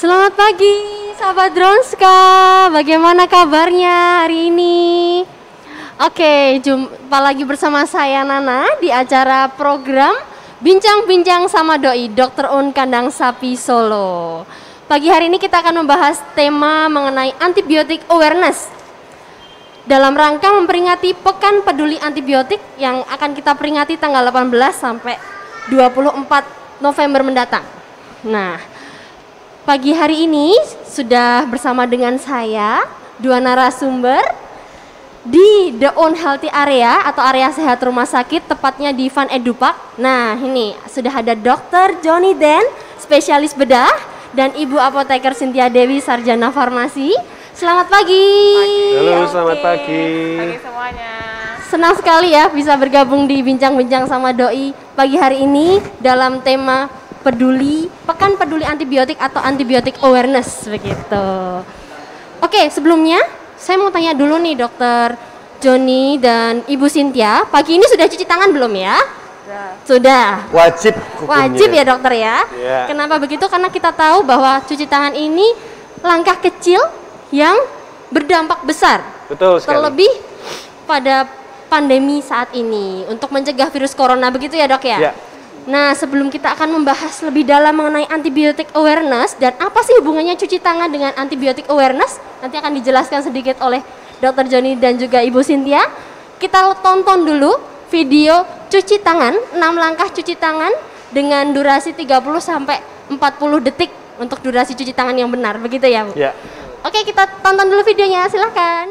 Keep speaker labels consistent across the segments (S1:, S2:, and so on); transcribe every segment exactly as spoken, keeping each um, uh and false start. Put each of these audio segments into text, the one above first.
S1: Selamat pagi, sahabat Dronska. Bagaimana kabarnya hari ini? Oke, jumpa lagi bersama saya Nana di acara program Bincang-Bincang sama Doi dokter Un Kandang Sapi Solo. Pagi hari ini kita akan membahas tema mengenai antibiotik awareness dalam rangka memperingati Pekan Peduli Antibiotik yang akan kita peringati tanggal delapan belas sampai dua puluh empat November mendatang. Nah, pagi hari ini sudah bersama dengan saya dua narasumber di The Own Healthy Area atau area sehat rumah sakit, tepatnya di Van Edupak. Nah, ini sudah ada dokter Johnny Den, spesialis bedah, dan Ibu Apoteker Cynthia Dewi, sarjana farmasi. Selamat pagi.
S2: Pagi. Halo,
S1: Oke.
S2: selamat pagi.
S3: Pagi semuanya.
S1: Senang sekali ya bisa bergabung di Bincang-Bincang sama Doi pagi hari ini dalam tema peduli, Pekan Peduli Antibiotik atau Antibiotik Awareness begitu. Oke, sebelumnya saya mau tanya dulu nih dokter Johnny dan Ibu Cynthia, pagi ini sudah cuci tangan belum ya?
S3: Sudah.
S1: Sudah.
S2: Wajib hukumnya.
S1: Wajib ya dokter ya?
S2: Ya.
S1: Kenapa begitu? Karena kita tahu bahwa cuci tangan ini langkah kecil yang berdampak besar.
S2: Betul sekali.
S1: Terlebih pada pandemi saat ini untuk mencegah virus corona, begitu ya dok ya?
S2: Ya.
S1: Nah, sebelum kita akan membahas lebih dalam mengenai antibiotik awareness dan apa sih hubungannya cuci tangan dengan antibiotik awareness, nanti akan dijelaskan sedikit oleh dokter Johnny dan juga Ibu Cynthia. Kita tonton dulu video cuci tangan, enam langkah cuci tangan dengan durasi tiga puluh sampai empat puluh detik untuk durasi cuci tangan yang benar, begitu ya Bu?
S2: Ya.
S1: Oke, kita tonton dulu videonya, silahkan.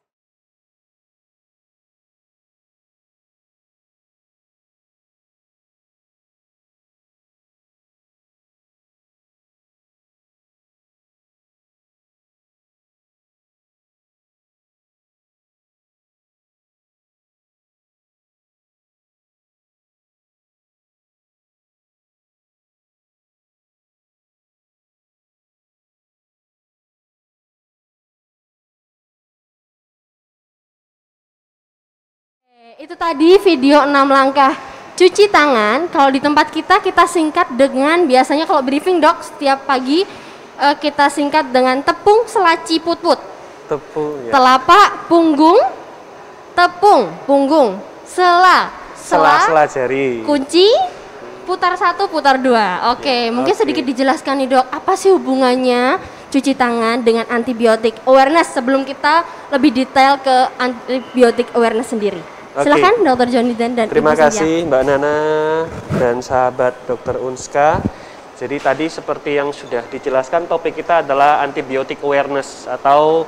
S1: Itu tadi video enam langkah cuci tangan. Kalau di tempat kita, kita singkat dengan, biasanya kalau briefing dok, setiap pagi uh, kita singkat dengan tepung selaci put-put.
S2: Tepung ya.
S1: Telapak punggung, tepung punggung, sela, sela,
S2: Sela-sela jari.
S1: kunci, putar satu, putar dua. Oke, mungkin
S2: oke.
S1: sedikit dijelaskan nih dok, apa sih hubungannya cuci tangan dengan antibiotik awareness sebelum kita lebih detail ke antibiotik awareness sendiri.
S2: Oke.
S1: Silakan dokter Johnny dan dan
S2: Terima
S1: Ibu Cynthia.
S2: kasih Mbak Nana dan sahabat dokter Unska. Jadi tadi seperti yang sudah dijelaskan, topik kita adalah antibiotik awareness atau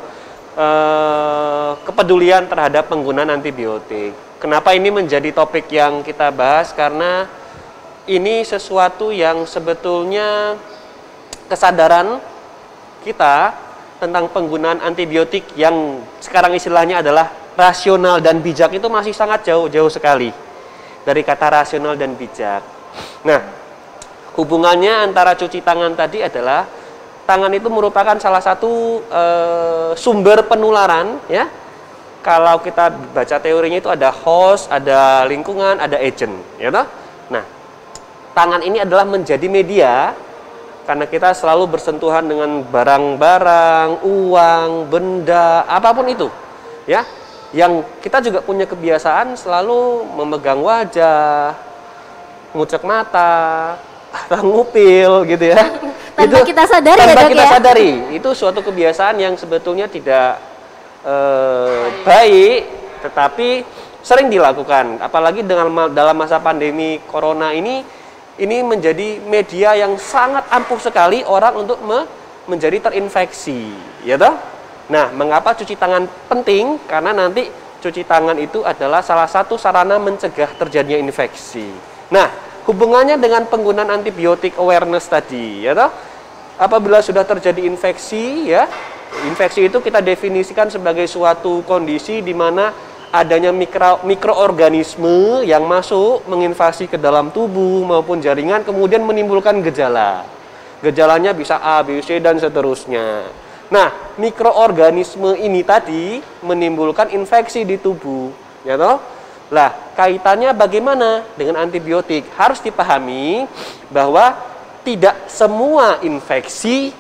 S2: eh, kepedulian terhadap penggunaan antibiotik. Kenapa ini menjadi topik yang kita bahas? Karena ini sesuatu yang sebetulnya kesadaran kita tentang penggunaan antibiotik yang sekarang istilahnya adalah rasional dan bijak itu masih sangat jauh-jauh sekali dari kata rasional dan bijak. Nah, hubungannya antara cuci tangan tadi adalah tangan itu merupakan salah satu e, sumber penularan ya. Kalau kita baca teorinya itu ada host, ada lingkungan, ada agent, ya toh? Nah, tangan ini adalah menjadi media karena kita selalu bersentuhan dengan barang-barang, uang, benda, apapun itu, ya. Yang kita juga punya kebiasaan selalu memegang wajah, ngucek mata, atau ngupil gitu ya.
S1: Tanpa
S2: itu,
S1: kita sadari
S2: tanpa
S1: ya dok
S2: kita
S1: ya?
S2: sadari, itu suatu kebiasaan yang sebetulnya tidak eh, baik, tetapi sering dilakukan. Apalagi dengan dalam masa pandemi corona ini, ini menjadi media yang sangat ampuh sekali orang untuk me, menjadi terinfeksi, ya toh? Nah, mengapa cuci tangan penting? Karena nanti cuci tangan itu adalah salah satu sarana mencegah terjadinya infeksi. Nah, hubungannya dengan penggunaan antibiotik awareness tadi, ya toh? Apabila sudah terjadi infeksi, ya, infeksi itu kita definisikan sebagai suatu kondisi di mana adanya mikro, mikroorganisme yang masuk menginvasi ke dalam tubuh maupun jaringan, kemudian menimbulkan gejala. Gejalanya bisa A, B, C, dan seterusnya. Nah, mikroorganisme ini tadi menimbulkan infeksi di tubuh, ya toh? Lah, kaitannya bagaimana dengan antibiotik? Harus dipahami bahwa tidak semua infeksi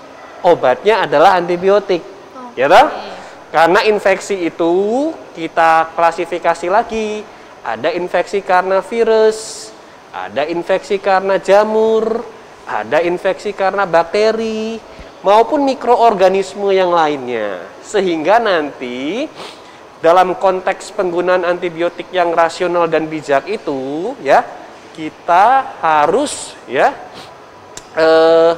S2: obatnya adalah antibiotik. Okay. Ya toh? Karena infeksi itu kita klasifikasi lagi. Ada infeksi karena virus, ada infeksi karena jamur, ada infeksi karena bakteri, maupun mikroorganisme yang lainnya. Sehingga nanti dalam konteks penggunaan antibiotik yang rasional dan bijak itu, ya, kita harus, ya, eh,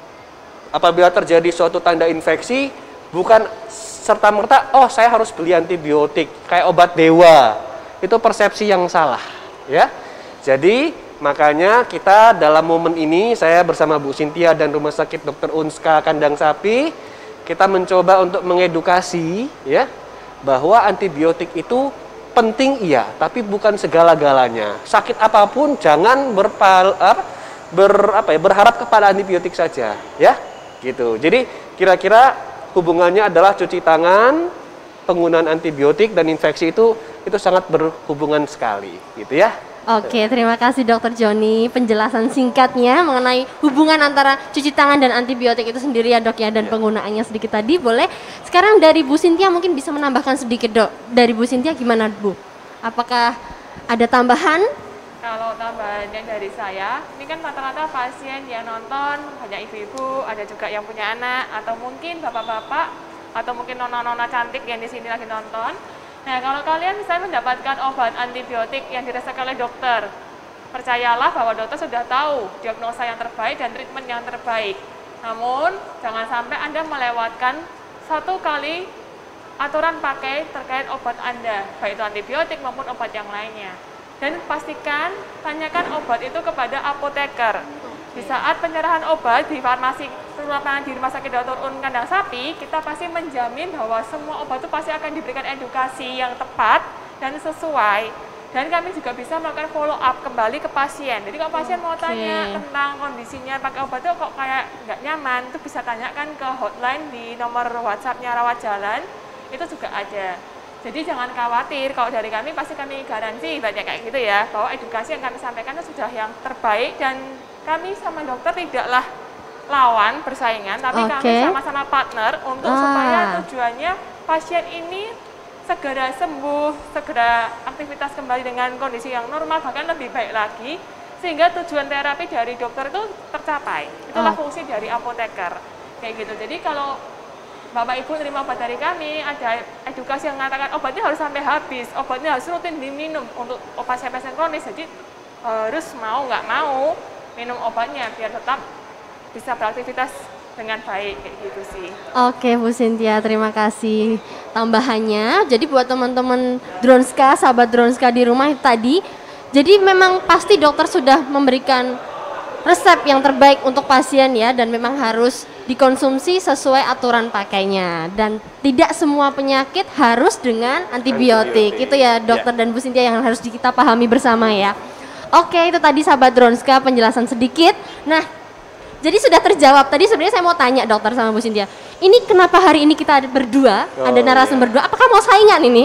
S2: apabila terjadi suatu tanda infeksi, bukan serta-merta, oh saya harus beli antibiotik, kayak obat dewa. Itu persepsi yang salah, ya. Jadi, makanya kita dalam momen ini, saya bersama Bu Cynthia dan Rumah Sakit dokter Unska Kandang Sapi, kita mencoba untuk mengedukasi, ya, bahwa antibiotik itu penting iya, tapi bukan segala-galanya. Sakit apapun jangan berpal, ber, apa ya, berharap kepada antibiotik saja, ya, gitu. Jadi kira-kira hubungannya adalah cuci tangan, penggunaan antibiotik dan infeksi itu itu sangat berhubungan sekali, gitu ya.
S1: Oke, terima kasih Dokter Joni penjelasan singkatnya mengenai hubungan antara cuci tangan dan antibiotik itu sendiri ya Dok ya, dan ya. Penggunaannya sedikit tadi. Boleh sekarang dari Bu Cynthia mungkin bisa menambahkan sedikit Dok. Dari Bu Cynthia gimana Bu? Apakah ada tambahan?
S3: Kalau tambahannya dari saya, ini kan rata-rata pasien yang nonton banyak ibu-ibu, ada juga yang punya anak, atau mungkin bapak-bapak, atau mungkin nona-nona cantik yang di sini lagi nonton. Nah, kalau kalian bisa mendapatkan obat antibiotik yang diresepkan oleh dokter, percayalah bahwa dokter sudah tahu diagnosa yang terbaik dan treatment yang terbaik. Namun, jangan sampai Anda melewatkan satu kali aturan pakai terkait obat Anda, baik itu antibiotik maupun obat yang lainnya. Dan pastikan, tanyakan obat itu kepada apoteker. Di saat penyerahan obat di farmasi, terutama di Rumah Sakit dokter Unska Kandang Sapi, kita pasti menjamin bahwa semua obat itu pasti akan diberikan edukasi yang tepat dan sesuai. Dan kami juga bisa melakukan follow up kembali ke pasien. Jadi kalau pasien mau tanya tentang kondisinya pakai obat itu kok kayak nggak nyaman, itu bisa tanyakan ke hotline di nomor WhatsApp-nya Rawat Jalan, itu juga ada. Jadi jangan khawatir, kalau dari kami pasti kami garansi banyak kayak gitu ya, bahwa edukasi yang kami sampaikan itu sudah yang terbaik dan kami sama dokter tidaklah lawan bersaingan, tapi okay. kami sama-sama partner untuk ah. supaya tujuannya pasien ini segera sembuh, segera aktivitas kembali dengan kondisi yang normal, bahkan lebih baik lagi, sehingga tujuan terapi dari dokter itu tercapai. Itulah oh. fungsi dari apoteker, kayak gitu. Jadi kalau Bapak Ibu terima obat dari kami, ada edukasi yang mengatakan obatnya harus sampai habis, obatnya harus rutin diminum untuk pasien-pasien kronis, jadi harus mau nggak mau minum obatnya biar tetap bisa beraktivitas dengan baik, kayak gitu sih.
S1: Oke Bu Cynthia, terima kasih tambahannya. Jadi buat teman-teman Dronska, sahabat Dronska di rumah tadi, jadi memang pasti dokter sudah memberikan resep yang terbaik untuk pasien ya, dan memang harus dikonsumsi sesuai aturan pakainya, dan tidak semua penyakit harus dengan antibiotik. Antibiotik. Itu ya dokter ya. Dan Bu Cynthia yang harus kita pahami bersama ya. Oke, itu tadi sahabat Dronska penjelasan sedikit. Nah, jadi sudah terjawab. Tadi sebenarnya saya mau tanya dokter sama Bu Cynthia, ini kenapa hari ini kita berdua, oh, ada narasumber iya. berdua, apakah mau saingan ini?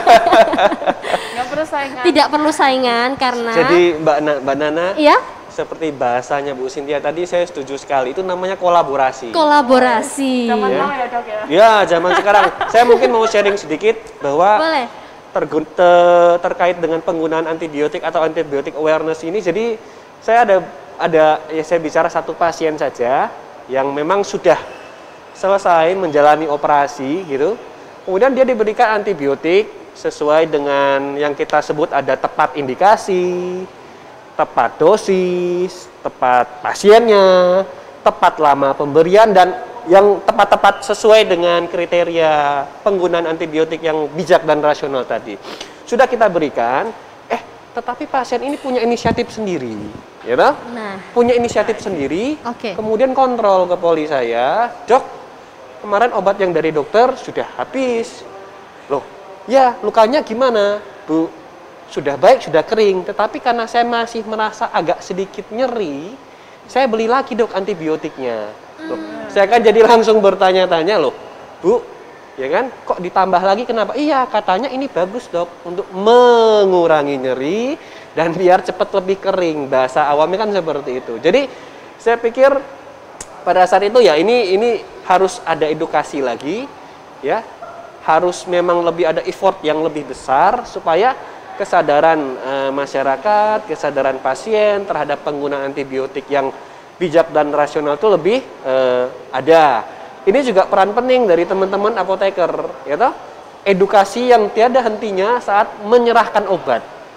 S3: Nggak perlu saingan.
S1: Tidak perlu saingan karena
S2: jadi Mbak, Na, Mbak Nana,
S1: iya?
S2: seperti bahasanya Bu Cynthia tadi, saya setuju sekali, itu namanya kolaborasi.
S1: Kolaborasi.
S3: Zaman
S2: ya.
S3: now ya dok ya?
S2: Ya, zaman sekarang. Saya mungkin mau sharing sedikit bahwa
S1: Boleh.
S2: Tergun, te, terkait dengan penggunaan antibiotik atau antibiotik awareness ini, jadi saya ada ada ya saya bicara satu pasien saja yang memang sudah selesai menjalani operasi gitu, kemudian dia diberikan antibiotik sesuai dengan yang kita sebut ada tepat indikasi, tepat dosis, tepat pasiennya, tepat lama pemberian, dan yang tepat-tepat sesuai dengan kriteria penggunaan antibiotik yang bijak dan rasional tadi. Sudah kita berikan, eh tetapi pasien ini punya inisiatif sendiri, ya toh?
S1: Nah.
S2: Punya inisiatif sendiri,
S1: okay.
S2: kemudian kontrol ke poli saya, dok, kemarin obat yang dari dokter sudah habis. Loh, ya lukanya gimana? Bu, sudah baik, sudah kering, tetapi karena saya masih merasa agak sedikit nyeri, saya beli lagi dok antibiotiknya. Loh, hmm. saya kan jadi langsung bertanya-tanya, loh, Bu, ya kan, kok ditambah lagi kenapa? Iya, katanya ini bagus dok untuk mengurangi nyeri dan biar cepat lebih kering. Bahasa awamnya kan seperti itu. Jadi saya pikir pada saat itu ya ini ini harus ada edukasi lagi, ya, harus memang lebih ada effort yang lebih besar supaya kesadaran e, masyarakat, kesadaran pasien terhadap penggunaan antibiotik yang bijak dan rasional itu lebih e, ada. Ini juga peran penting dari teman-teman apoteker, ya toh? Edukasi yang tiada hentinya saat menyerahkan obat.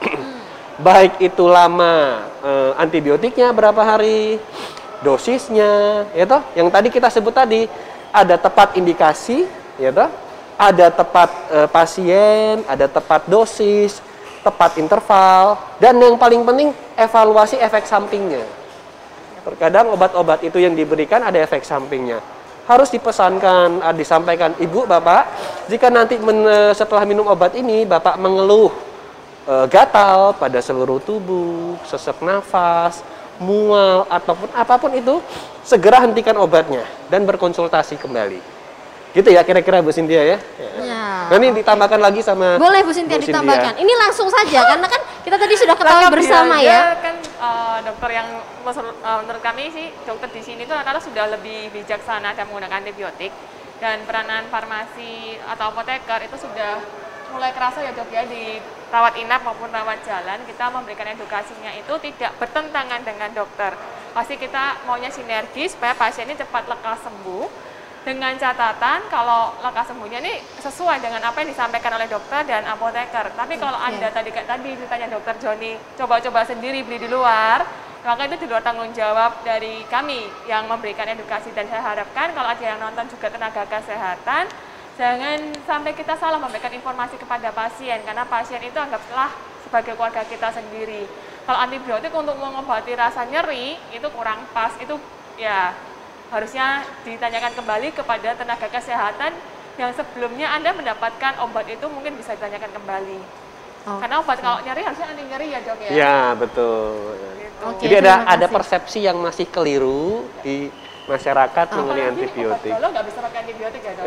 S2: Baik itu lama e, antibiotiknya berapa hari, dosisnya, ya toh? Yang tadi kita sebut tadi, ada tepat indikasi, ya toh? Ada tepat e, pasien, ada tepat dosis, tepat interval, dan yang paling penting evaluasi efek sampingnya. Terkadang obat-obat itu yang diberikan ada efek sampingnya. Harus dipesankan, disampaikan, Ibu, Bapak, jika nanti men, setelah minum obat ini Bapak mengeluh e, gatal pada seluruh tubuh, sesak nafas, mual, ataupun apapun itu, segera hentikan obatnya dan berkonsultasi kembali. Gitu ya kira-kira Bu Cynthia ya?
S1: Ya.
S2: Nah, ini ditambahkan lagi sama
S1: boleh Bu Cynthia
S2: Bu
S1: ditambahkan.
S2: Cynthia.
S1: Ini langsung saja karena kan kita tadi sudah ketahui
S3: Lengkap
S1: bersama
S3: dia,
S1: ya.
S3: dia kan uh, dokter yang uh, menurut kami sih dokter di sini tuh rata-rata sudah lebih bijaksana dalam menggunakan antibiotik, dan peranan farmasi atau apoteker itu sudah mulai kerasa ya dok ya, di rawat inap maupun rawat jalan kita memberikan edukasinya itu tidak bertentangan dengan dokter. Pasti kita maunya sinergi supaya pasiennya cepat lekas sembuh, dengan catatan kalau lekas sembuhnya ini sesuai dengan apa yang disampaikan oleh dokter dan apoteker. Tapi kalau
S1: okay.
S3: Anda tadi kayak tadi ditanya dokter Joni coba-coba sendiri beli di luar, maka itu di luar tanggung jawab dari kami yang memberikan edukasi. Dan saya harapkan kalau ada yang nonton juga tenaga kesehatan, jangan sampai kita salah memberikan informasi kepada pasien, karena pasien itu anggaplah sebagai keluarga kita sendiri. Kalau antibiotik untuk mengobati rasa nyeri itu kurang pas, itu ya harusnya ditanyakan kembali kepada tenaga kesehatan yang sebelumnya Anda mendapatkan obat itu, mungkin bisa ditanyakan kembali. Oh. Karena obat kalau nyeri harusnya anti nyeri ya dok ya?
S2: Ya betul. Gitu.
S1: Oke,
S2: jadi ada ada persepsi yang masih keliru di masyarakat oh. mengenai antibiotik.
S3: Kalau nggak bisa pakai antibiotik ya dok?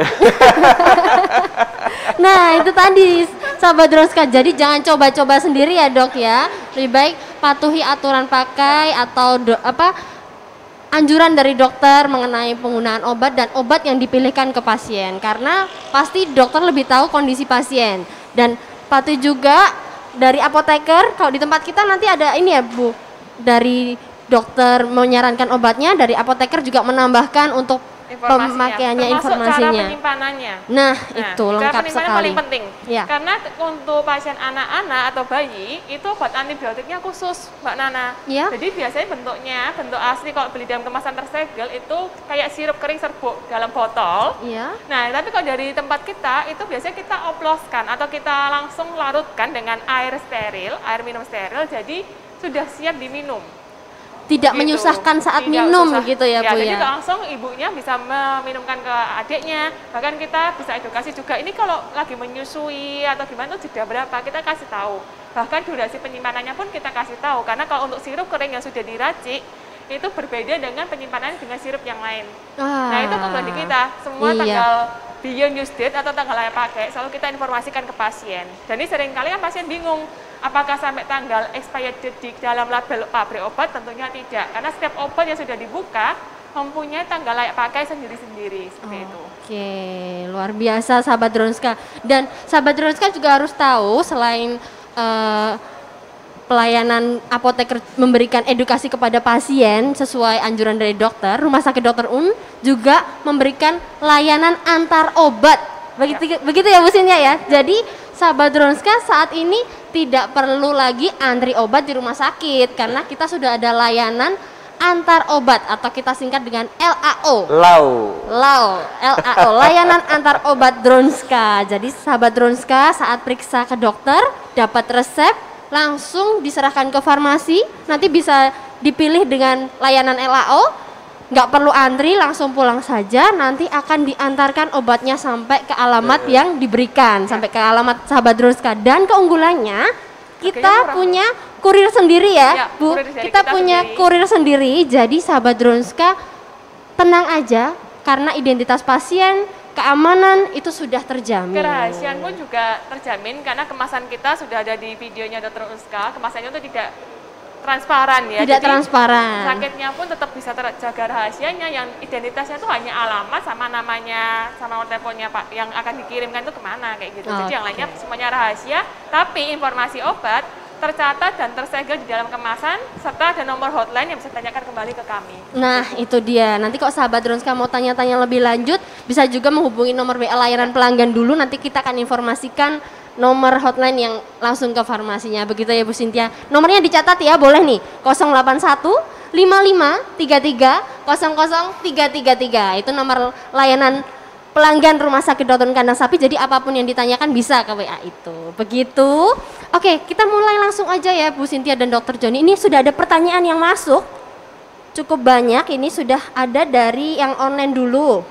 S1: Nah itu tadi sahabat Dronska, jadi jangan coba-coba sendiri ya dok ya. Lebih baik patuhi aturan pakai atau do, apa anjuran dari dokter mengenai penggunaan obat dan obat yang dipilihkan ke pasien, karena pasti dokter lebih tahu kondisi pasien. Dan patuhi juga dari apoteker, kalau di tempat kita nanti ada ini ya Bu, dari dokter menyarankan obatnya, dari apoteker juga menambahkan untuk pemakaiannya, informasinya,
S3: cara penyimpanannya.
S1: Nah,
S3: nah
S1: itu lengkap sekali.
S3: Paling penting,
S1: ya.
S3: Karena untuk pasien anak-anak atau bayi itu obat antibiotiknya khusus, Mbak Nana.
S1: Ya.
S3: Jadi biasanya bentuknya bentuk asli kalau beli dalam kemasan tersegel itu kayak sirup kering serbuk dalam botol.
S1: Ya.
S3: Nah, tapi kalau dari tempat kita itu biasanya kita oploskan atau kita langsung larutkan dengan air steril, air minum steril, jadi sudah siap diminum.
S1: Tidak
S3: gitu.
S1: menyusahkan saat
S3: Tidak
S1: minum
S3: susah.
S1: gitu ya,
S3: ya
S1: Bu
S3: jadi
S1: ya.
S3: langsung ibunya bisa meminumkan ke adiknya, bahkan kita bisa edukasi juga ini kalau lagi menyusui atau gimana itu jeda berapa kita kasih tahu, bahkan durasi penyimpanannya pun kita kasih tahu, karena kalau untuk sirup kering yang sudah diracik itu berbeda dengan penyimpanan dengan sirup yang lain. Ah, nah itu kembali kita semua iya. tanggal beyond use date atau tanggal layak pakai selalu kita informasikan ke pasien. Dan ini seringkali kan pasien bingung apakah sampai tanggal expired date di dalam label pabrik obat, tentunya tidak, karena setiap obat yang sudah dibuka mempunyai tanggal layak pakai sendiri-sendiri seperti oh, itu.
S1: Oke, luar biasa sahabat Dronska. Dan sahabat Dronska juga harus tahu selain uh, pelayanan apoteker memberikan edukasi kepada pasien sesuai anjuran dari dokter, Rumah Sakit Dokter Un juga memberikan layanan antar obat. Begitu ya, begitu ya Bu Cynthia ya. Jadi sahabat Dronska saat ini tidak perlu lagi antri obat di rumah sakit karena kita sudah ada layanan antar obat atau kita singkat dengan L A O.
S2: Lau.
S1: Lau, L A O, layanan antar obat Dronska. Jadi sahabat Dronska saat periksa ke dokter dapat resep langsung diserahkan ke farmasi, nanti bisa dipilih dengan layanan L A O. Nggak perlu antri, langsung pulang saja, nanti akan diantarkan obatnya sampai ke alamat hmm. yang diberikan, sampai ke alamat sahabat Dronska. Dan keunggulannya, kita punya kurir sendiri ya, ya Bu, kita, kita punya sendiri. kurir sendiri, jadi sahabat Dronska tenang aja, karena identitas pasien, keamanan itu sudah terjamin.
S3: Kerahasiaan pun juga terjamin, karena kemasan kita sudah ada di videonya Dokter Unska, kemasannya itu tidak transparan ya.
S1: Tidak
S3: Jadi,
S1: transparan.
S3: sakitnya pun tetap bisa terjaga rahasianya, yang identitasnya tuh hanya alamat sama namanya, sama nomor teleponnya Pak, yang akan dikirimkan itu kemana kayak gitu.
S1: Okay.
S3: Jadi yang lainnya semuanya rahasia, tapi informasi obat tercatat dan tersegel di dalam kemasan, serta ada nomor hotline yang bisa ditanyakan kembali ke kami.
S1: Nah itu dia, nanti kok sahabat Dronska mau tanya-tanya lebih lanjut, bisa juga menghubungi nomor W A layanan pelanggan dulu, nanti kita akan informasikan nomor hotline yang langsung ke farmasinya, begitu ya Bu Cynthia. Nomornya dicatat ya, boleh nih, nol delapan satu lima lima tiga tiga nol nol tiga tiga tiga, itu nomor layanan pelanggan Rumah Sakit Dokter Kandang Sapi, jadi apapun yang ditanyakan bisa ke W A itu, begitu. Oke, kita mulai langsung aja ya Bu Cynthia dan Dokter Joni. Ini sudah ada pertanyaan yang masuk, cukup banyak, ini sudah ada dari yang online dulu.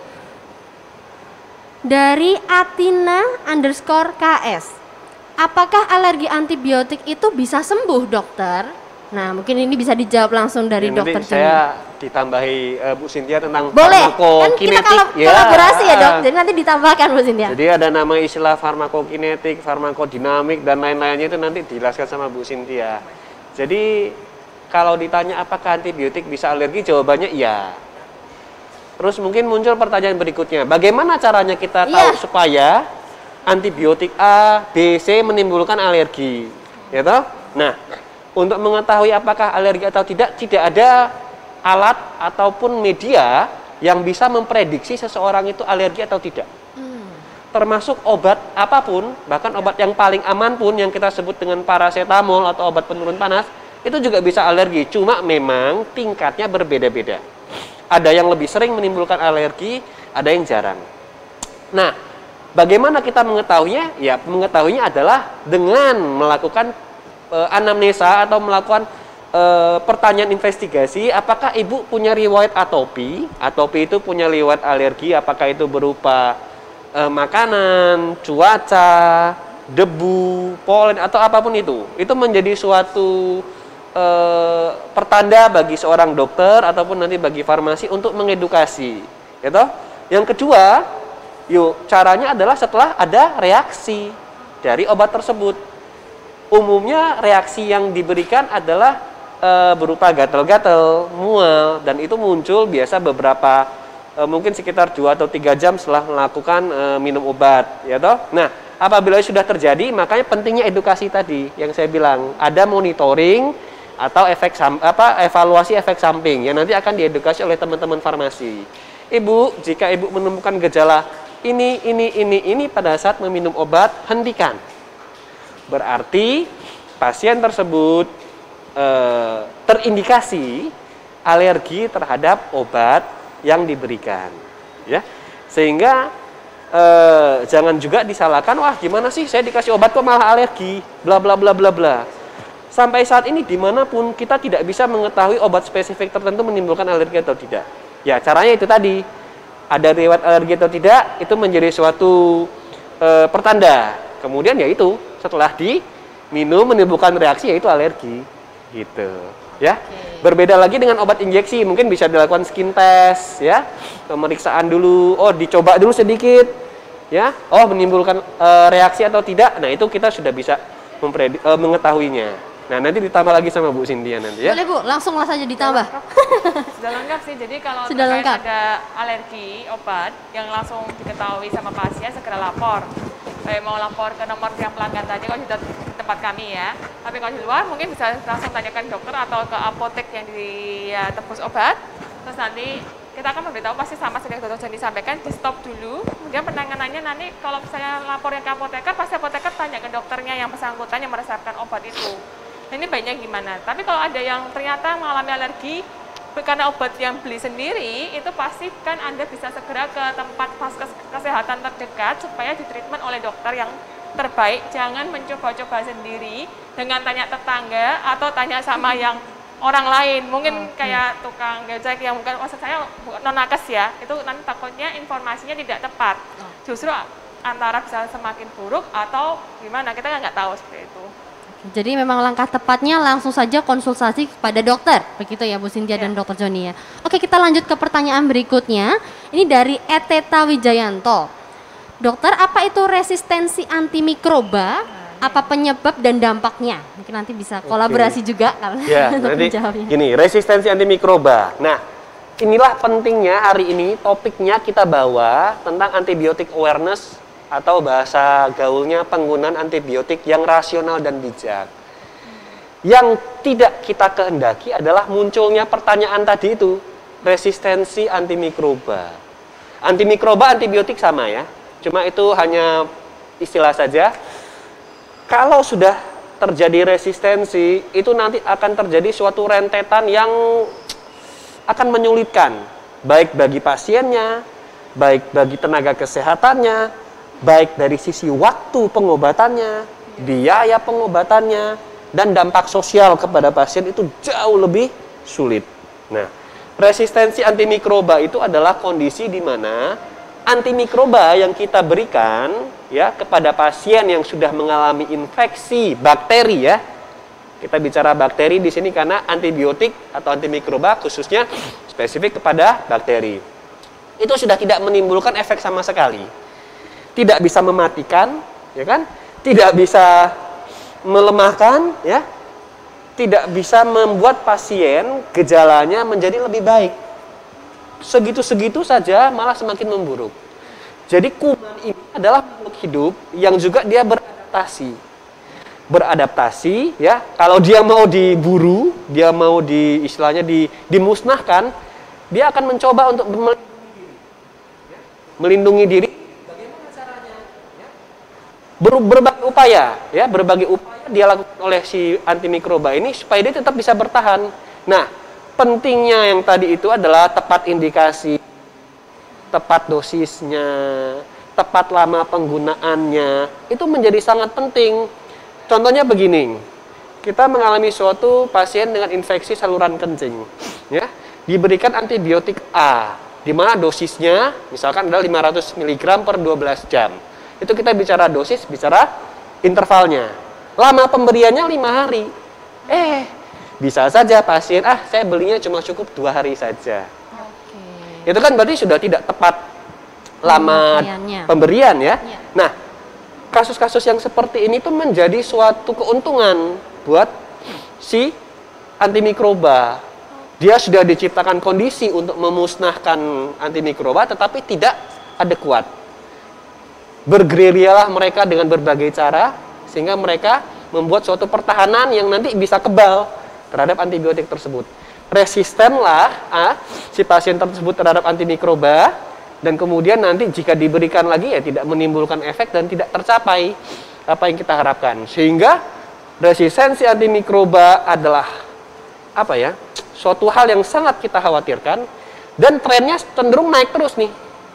S1: Dari Atina underscore K S. Apakah alergi antibiotik itu bisa sembuh dokter? Nah mungkin ini bisa dijawab langsung dari
S2: ya,
S1: Dokter
S2: Joni.
S1: Saya
S2: ditambahi uh, Bu Cynthia tentang
S1: boleh, kan kita kalau
S2: ya.
S1: kolaborasi ya dok, jadi nanti ditambahkan Bu Cynthia.
S2: Jadi ada nama istilah farmakokinetik, farmakodinamik, dan lain-lainnya itu nanti dijelaskan sama Bu Cynthia. Jadi kalau ditanya apakah antibiotik bisa alergi, jawabannya iya. Terus mungkin muncul pertanyaan berikutnya, bagaimana caranya kita tahu yeah. supaya antibiotik A, B, C menimbulkan alergi, ya toh? Nah, untuk mengetahui apakah alergi atau tidak, tidak ada alat ataupun media yang bisa memprediksi seseorang itu alergi atau tidak. Hmm. Termasuk obat apapun, bahkan obat yang paling aman pun yang kita sebut dengan paracetamol atau obat penurun panas, itu juga bisa alergi, cuma memang tingkatnya berbeda-beda. Ada yang lebih sering menimbulkan alergi, ada yang jarang. Nah, bagaimana kita mengetahuinya? Ya, mengetahuinya adalah dengan melakukan e, anamnesa atau melakukan e, pertanyaan investigasi. Apakah ibu punya riwayat atopi? Atopi itu punya riwayat alergi, apakah itu berupa e, makanan, cuaca, debu, polen, atau apapun itu. Itu menjadi suatu E, pertanda bagi seorang dokter ataupun nanti bagi farmasi untuk mengedukasi, gitu. Yang kedua, yuk caranya adalah setelah ada reaksi dari obat tersebut. Umumnya reaksi yang diberikan adalah e, berupa gatal-gatal, mual, dan itu muncul biasa beberapa e, mungkin sekitar dua atau tiga jam setelah melakukan e, minum obat, ya toh. Nah, apabila sudah terjadi, makanya pentingnya edukasi tadi yang saya bilang, ada monitoring atau efek sam, apa evaluasi efek samping yang nanti akan diedukasi oleh teman-teman farmasi. Ibu, jika ibu menemukan gejala ini, ini, ini, ini pada saat meminum obat, hentikan. Berarti pasien tersebut e, terindikasi alergi terhadap obat yang diberikan, ya. Sehingga e, jangan juga disalahkan, wah gimana sih saya dikasih obat kok malah alergi, bla bla bla bla bla. Sampai saat ini dimanapun kita tidak bisa mengetahui obat spesifik tertentu menimbulkan alergi atau tidak. Ya caranya itu tadi, ada riwayat alergi atau tidak, itu menjadi suatu e, pertanda. Kemudian ya itu setelah diminum menimbulkan reaksi, yaitu alergi, gitu. Ya, okay. Berbeda lagi dengan obat injeksi, mungkin bisa dilakukan skin test, ya, pemeriksaan dulu, oh dicoba dulu sedikit, ya, oh menimbulkan e, reaksi atau tidak. Nah itu kita sudah bisa mempredi- e, mengetahuinya. Nah, nanti ditambah lagi sama Bu Cynthia nanti ya.
S1: Boleh Bu, langsung lah saja ditambah.
S3: Sudah lengkap sih, jadi kalau
S1: Sudah
S3: terkait
S1: lengkap.
S3: ada alergi obat yang langsung diketahui sama pasien, segera lapor. Kayak mau lapor ke nomor yang pelanggan tadi kalau di tempat kami ya. Tapi kalau di luar mungkin bisa langsung tanyakan dokter atau ke apotek yang di ya, tebus obat. Terus nanti kita akan memberitahu pasti sama seperti yang Dokter Joni sampaikan, di stop dulu. Kemudian penanganannya nanti kalau misalnya lapor yang ke apoteker, pasti apoteker tanya ke dokternya yang bersangkutan yang meresepkan obat itu. Nah, ini baiknya gimana? Tapi kalau ada yang ternyata mengalami alergi karena obat yang beli sendiri, itu pastikan Anda bisa segera ke tempat vaskes kesehatan terdekat supaya ditreatment oleh dokter yang terbaik. Jangan mencoba-coba sendiri dengan tanya tetangga atau tanya sama yang orang lain. Mungkin okay. kayak tukang gojek yang bukan, maksud saya non nakes ya, itu nanti takutnya informasinya tidak tepat. Justru antara bisa semakin buruk atau gimana, kita nggak tahu seperti itu.
S1: Jadi memang langkah tepatnya langsung saja konsultasi kepada dokter, begitu ya Bu Cynthia yeah. dan Dokter Joni ya. Oke, kita lanjut ke pertanyaan berikutnya. Ini dari Eteta Wijayanto. Dokter, apa itu resistensi antimikroba apa penyebab dan dampaknya? Mungkin nanti bisa kolaborasi okay. juga karena
S2: ya,
S1: untuk
S2: nanti
S1: menjawabnya.
S2: Gini, resistensi antimikroba. Nah, inilah pentingnya hari ini topiknya kita bawa tentang antibiotik awareness atau bahasa gaulnya penggunaan antibiotik yang rasional dan bijak. Yang tidak kita kehendaki adalah munculnya pertanyaan tadi itu, resistensi antimikroba. Antimikroba, antibiotik sama ya, cuma itu hanya istilah saja. Kalau sudah terjadi resistensi, itu nanti akan terjadi suatu rentetan yang akan menyulitkan, baik bagi pasiennya, baik bagi tenaga kesehatannya, baik dari sisi waktu pengobatannya, biaya pengobatannya, dan dampak sosial kepada pasien itu jauh lebih sulit. Nah, resistensi antimikroba itu adalah kondisi di mana antimikroba yang kita berikan ya kepada pasien yang sudah mengalami infeksi bakteri ya. Kita bicara bakteri di sini karena antibiotik atau antimikroba khususnya spesifik kepada bakteri. Itu sudah tidak menimbulkan efek sama sekali. Tidak bisa mematikan, ya kan? Tidak bisa melemahkan, ya, tidak bisa membuat pasien gejalanya menjadi lebih baik. Segitu-segitu saja malah semakin memburuk. Jadi kuman ini adalah makhluk hidup yang juga dia beradaptasi. Beradaptasi, ya. Kalau dia mau diburu, dia mau di istilahnya di, dimusnahkan, dia akan mencoba untuk melindungi diri. Ya. Melindungi diri. Ber, berbagai upaya, ya, berbagai upaya dia lakukan oleh si antimikroba ini supaya dia tetap bisa bertahan. Nah, pentingnya yang tadi itu adalah tepat indikasi, tepat dosisnya, tepat lama penggunaannya, itu menjadi sangat penting. Contohnya begini, kita mengalami suatu pasien dengan infeksi saluran kencing, ya, diberikan antibiotik A, di mana dosisnya misalkan adalah lima ratus miligram per dua belas jam. Itu kita bicara dosis, bicara intervalnya. Lama pemberiannya lima hari. Eh, bisa saja pasien, ah saya belinya cuma cukup dua hari saja. Oke. Itu kan berarti sudah tidak tepat lama pemberian ya. ya. Nah, kasus-kasus yang seperti ini tuh menjadi suatu keuntungan buat si antimikroba. Dia sudah diciptakan kondisi untuk memusnahkan antimikroba tetapi tidak adekuat. Bergerilyalah mereka dengan berbagai cara sehingga mereka membuat suatu pertahanan yang nanti bisa kebal terhadap antibiotik tersebut. Resistenlah ah, si pasien tersebut terhadap antimikroba dan kemudian nanti jika diberikan lagi ya tidak menimbulkan efek dan tidak tercapai apa yang kita harapkan. Sehingga resistensi antimikroba adalah apa ya? Suatu hal yang sangat kita khawatirkan dan trennya cenderung naik terus nih.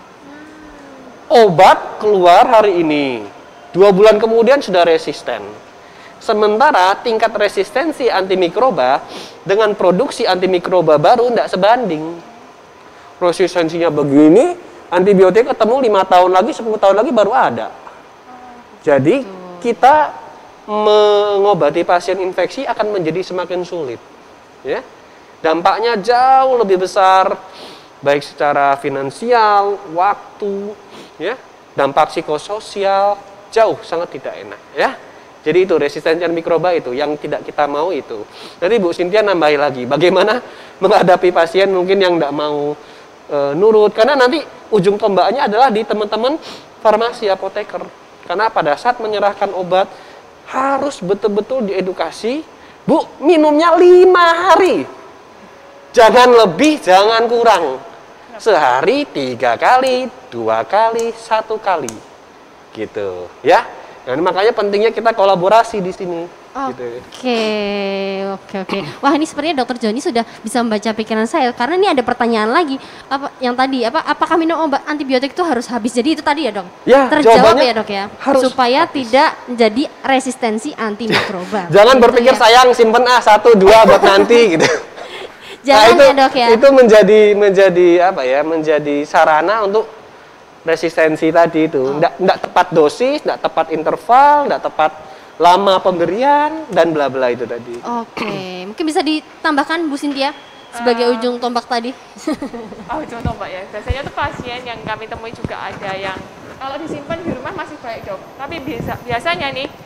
S2: Obat keluar hari ini, dua bulan kemudian sudah resisten. Sementara tingkat resistensi antimikroba dengan produksi antimikroba baru tidak sebanding. Resistensinya begini, antibiotik ketemu lima tahun lagi, sepuluh tahun lagi baru ada. Jadi kita mengobati pasien infeksi akan menjadi semakin sulit. Ya, dampaknya jauh lebih besar, baik secara finansial, waktu, ya, dampak psikososial jauh sangat tidak enak, ya. Jadi itu resistensi mikroba itu yang tidak kita mau itu. Jadi Bu Cynthia nambahi lagi, bagaimana menghadapi pasien mungkin yang tidak mau e, nurut, karena nanti ujung tombaknya adalah di teman-teman farmasi apoteker. Karena pada saat menyerahkan obat harus betul-betul diedukasi, Bu, minumnya lima hari, jangan lebih, jangan kurang. Sehari tiga kali, dua kali, satu kali, gitu, ya. Nah, makanya pentingnya kita kolaborasi di sini.
S1: Oke,
S2: gitu.
S1: oke, oke. Wah, ini sepertinya Dokter Joni sudah bisa membaca pikiran saya karena ini ada pertanyaan lagi. Apa yang tadi? Apa apakah minum obat antibiotik itu harus habis? Jadi itu tadi ya, Dok.
S2: Ya,
S1: terjawab ya, Dok ya.
S2: Harus
S1: supaya
S2: habis.
S1: Tidak menjadi resistensi antimikroba.
S2: Jangan
S1: gitu
S2: berpikir
S1: ya.
S2: sayang simpen ah satu dua buat nanti gitu.
S1: Jangan
S2: nah, itu,
S1: ya, Dok ya.
S2: Itu menjadi menjadi apa ya? Menjadi sarana untuk resistensi tadi itu.
S1: Oh.
S2: Nggak, nggak tepat dosis, nggak tepat interval, nggak tepat lama pemberian dan bla bla itu tadi.
S1: Oke, mungkin bisa ditambahkan Bu Cynthia sebagai
S3: Uh,
S1: ujung tombak tadi.
S3: Oh, ujung tombak ya. Biasanya tuh pasien yang kami temui juga ada yang kalau disimpan di rumah masih baik, Dok. Tapi bisa, biasanya nih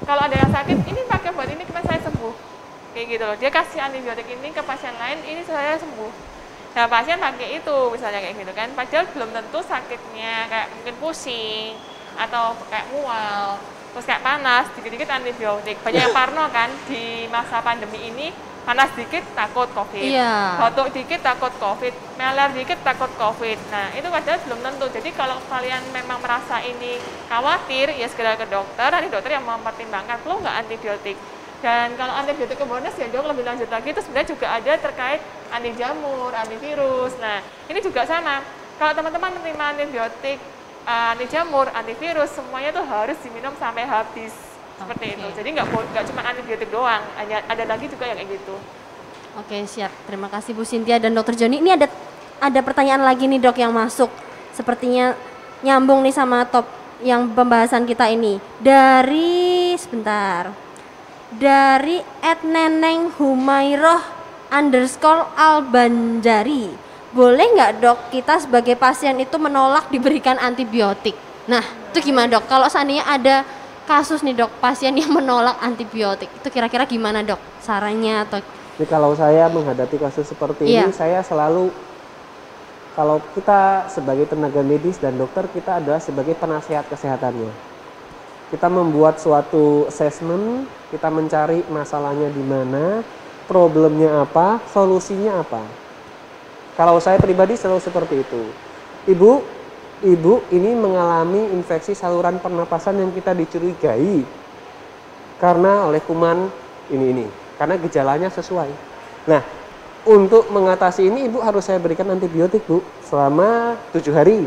S3: kalau ada yang sakit, ini pakai obat ini kemudian saya sembuh. Kayak gitu loh. Dia kasih antibiotik ini ke pasien lain, ini saya sembuh. Nah, pasien pakai itu misalnya kayak gitu kan. Padahal belum tentu sakitnya kayak mungkin pusing atau kayak mual, terus kayak panas, dikit-dikit antibiotik. Banyak yang parno kan di masa pandemi ini, panas dikit takut COVID,
S1: Iya.
S3: batuk dikit takut COVID, meler dikit takut COVID. Nah, itu padahal belum tentu. Jadi kalau kalian memang merasa ini khawatir, ya segera ke dokter, nanti dokter yang mempertimbangkan perlu nggak antibiotik. Dan kalau antibiotik bonus ya dok lebih lanjut lagi, itu sebenarnya juga ada terkait anti jamur, antivirus. Nah, ini juga sama. Kalau teman-teman menerima antibiotik, uh, anti jamur, antivirus, semuanya tuh harus diminum sampai habis. Seperti
S1: Oke.
S3: itu. Jadi nggak nggak cuma antibiotik doang, ada, ada lagi juga yang kayak gitu.
S1: Oke, siap. Terima kasih Bu Cynthia dan Dokter Joni. Ini ada ada pertanyaan lagi nih dok yang masuk. Sepertinya nyambung nih sama top yang pembahasan kita ini. Dari sebentar. Dari at neneng humairoh underscore albanjari. Boleh nggak dok kita sebagai pasien itu menolak diberikan antibiotik? Nah, itu gimana dok? Kalau seandainya ada kasus nih dok, pasien yang menolak antibiotik, itu kira-kira gimana dok? Sarannya atau
S2: Jadi kalau saya menghadapi kasus seperti
S1: Iya.
S2: ini, saya selalu, kalau kita sebagai tenaga medis dan dokter, kita adalah sebagai penasehat kesehatannya. Kita membuat suatu assessment, kita mencari masalahnya di mana, problemnya apa, solusinya apa. Kalau saya pribadi selalu seperti itu. Ibu, ibu ini mengalami infeksi saluran pernapasan yang kita dicurigai karena oleh kuman ini ini. Karena gejalanya sesuai. Nah, untuk mengatasi ini ibu harus saya berikan antibiotik bu selama tujuh hari.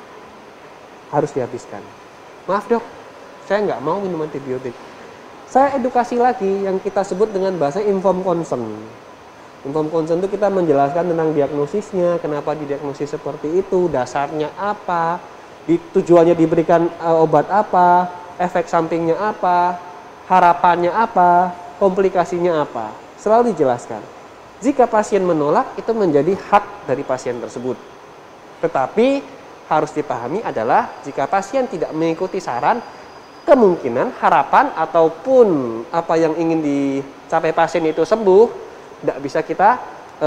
S2: Harus dihabiskan. Maaf dok, saya nggak mau minum antibiotik. Saya edukasi lagi yang kita sebut dengan bahasa informed consent. Informed consent itu kita menjelaskan tentang diagnosisnya, kenapa didiagnosis seperti itu, dasarnya apa, di, tujuannya diberikan uh, obat apa, efek sampingnya apa, harapannya apa, komplikasinya apa. Selalu dijelaskan. Jika pasien menolak, itu menjadi hak dari pasien tersebut. Tetapi harus dipahami adalah jika pasien tidak mengikuti saran, kemungkinan harapan ataupun apa yang ingin dicapai pasien itu sembuh tidak bisa kita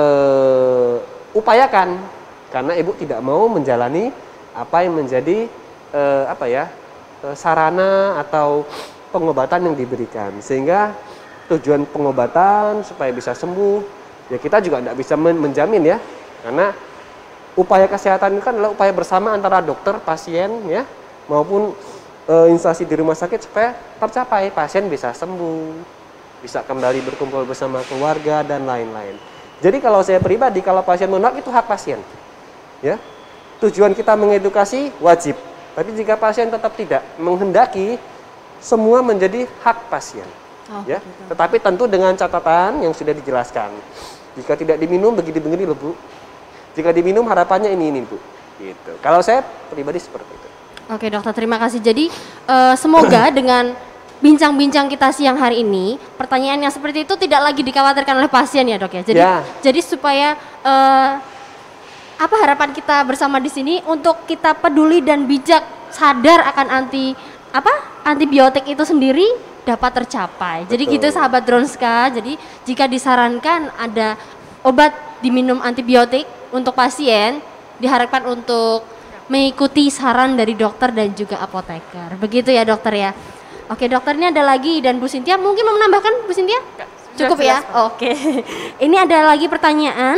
S2: uh, upayakan karena ibu tidak mau menjalani apa yang menjadi uh, apa ya uh, sarana atau pengobatan yang diberikan, sehingga tujuan pengobatan supaya bisa sembuh ya kita juga tidak bisa menjamin ya, karena upaya kesehatan itu kan adalah upaya bersama antara dokter, pasien ya maupun e, instansi di rumah sakit supaya tercapai pasien bisa sembuh, bisa kembali berkumpul bersama keluarga dan lain-lain. Jadi kalau saya pribadi, kalau pasien menolak itu hak pasien ya, tujuan kita mengedukasi wajib, tapi jika pasien tetap tidak menghendaki, semua menjadi hak pasien.
S1: Oh,
S2: Ya,
S1: gitu.
S2: tetapi tentu dengan catatan yang sudah dijelaskan. Jika tidak diminum begini-begini loh Bu. Jika diminum harapannya ini ini Bu. Gitu. Kalau saya pribadi seperti itu.
S1: Oke dokter, terima kasih. Jadi eh, semoga dengan bincang-bincang kita siang hari ini, pertanyaan yang seperti itu tidak lagi dikhawatirkan oleh pasien ya dok ya. Jadi,
S2: Ya.
S1: jadi supaya eh, apa harapan kita bersama di sini untuk kita peduli dan bijak, sadar akan anti apa antibiotik itu sendiri dapat tercapai. Jadi
S2: Betul.
S1: gitu sahabat Dronska. Jadi jika disarankan ada obat diminum antibiotik untuk pasien, diharapkan untuk mengikuti saran dari dokter dan juga apoteker. Begitu ya dokter ya. Oke dokter, ini ada lagi dan Bu Cynthia mungkin mau menambahkan Bu Cynthia?
S3: Enggak,
S1: Cukup
S3: jelas,
S1: ya?
S3: jelas, Pak.
S1: Oke. Ini ada lagi pertanyaan.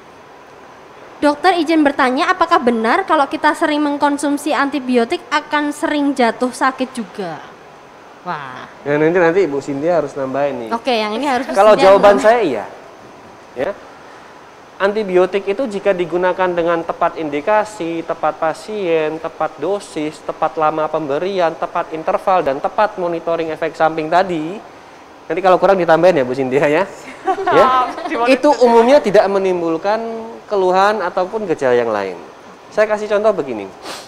S1: Dokter izin bertanya, apakah benar kalau kita sering mengkonsumsi antibiotik akan sering jatuh sakit juga? Wah.
S2: Ya nanti nanti Ibu Cynthia harus nambahin nih.
S1: Oke, yang ini harus Bu
S2: Kalau
S1: Cynthia
S2: jawaban
S1: nambahin.
S2: saya iya. Ya. Antibiotik itu jika digunakan dengan tepat indikasi, tepat pasien, tepat dosis, tepat lama pemberian, tepat interval dan tepat monitoring efek samping tadi. Nanti kalau kurang ditambahin ya Bu Cynthia ya. Ya. Itu umumnya tidak menimbulkan keluhan ataupun gejala yang lain. Saya kasih contoh begini.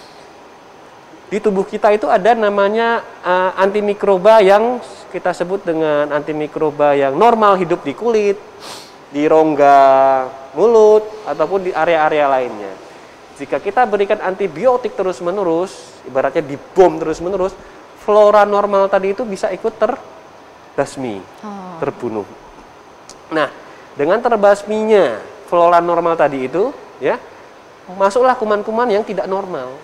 S2: Di tubuh kita itu ada namanya uh, antimikroba yang kita sebut dengan antimikroba yang normal hidup di kulit, di rongga mulut, ataupun di area-area lainnya. Jika kita berikan antibiotik terus-menerus, ibaratnya dibom terus-menerus, flora normal tadi itu bisa ikut terbasmi,
S1: Oh.
S2: terbunuh. Nah, dengan terbasminya flora normal tadi itu, ya, masuklah kuman-kuman yang tidak normal,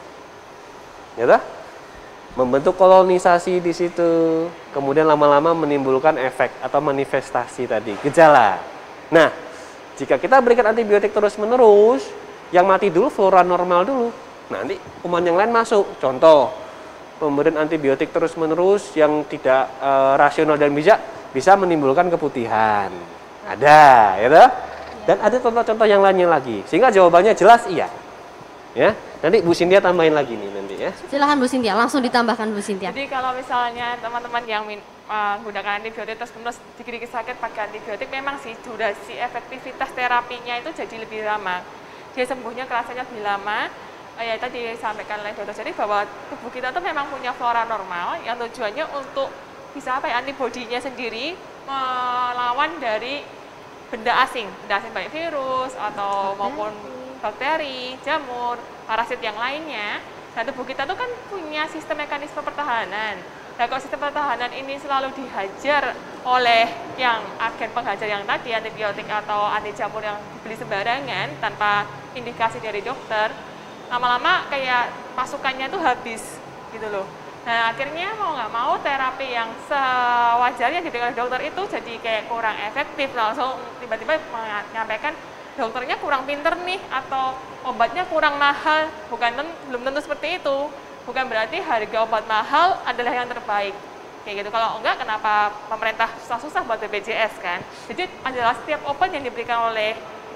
S2: ya toh? Membentuk kolonisasi di situ, kemudian lama-lama menimbulkan efek atau manifestasi tadi, gejala. Nah, jika kita berikan antibiotik terus-menerus, yang mati dulu flora normal dulu, nanti kuman yang lain masuk. Contoh, pemberian antibiotik terus-menerus yang tidak e, rasional dan bijak bisa menimbulkan keputihan. Ada, ya toh? Dan ada contoh-contoh yang lainnya lagi. Sehingga jawabannya jelas iya. Ya, nanti Bu Cynthia tambahin lagi nih nanti ya.
S1: Silakan Bu Cynthia, langsung ditambahkan Bu Cynthia.
S3: Jadi kalau misalnya teman-teman yang min- menggunakan antibiotik terus menerus dikit-dikit sakit pakai antibiotik, memang sih durasi efektivitas terapinya itu jadi lebih lama. Dia sembuhnya kerasanya lebih lama. Ya tadi disampaikan oleh dokter jadi bahwa tubuh kita tuh memang punya flora normal yang tujuannya untuk bisa apa ya, antibodinya sendiri melawan dari benda asing, benda asing baik virus atau maupun bakteri, jamur, parasit yang lainnya. Dan tubuh kita tuh kan punya sistem mekanisme pertahanan. Nah, kalau sistem pertahanan ini selalu dihajar oleh yang agen penghajar yang tadi, antibiotik atau anti jamur yang dibeli sembarangan tanpa indikasi dari dokter, lama-lama kayak pasukannya tuh habis gitu loh. Nah, akhirnya mau nggak mau terapi yang sewajarnya diberikan oleh dokter itu jadi kayak kurang efektif. Langsung tiba-tiba menyampaikan dokternya kurang pinter nih atau obatnya kurang mahal. Bukan ten, belum tentu seperti itu. Bukan berarti harga obat mahal adalah yang terbaik. Kayak gitu. Kalau enggak, kenapa pemerintah susah-susah buat B P J S kan? Jadi adalah setiap obat yang diberikan oleh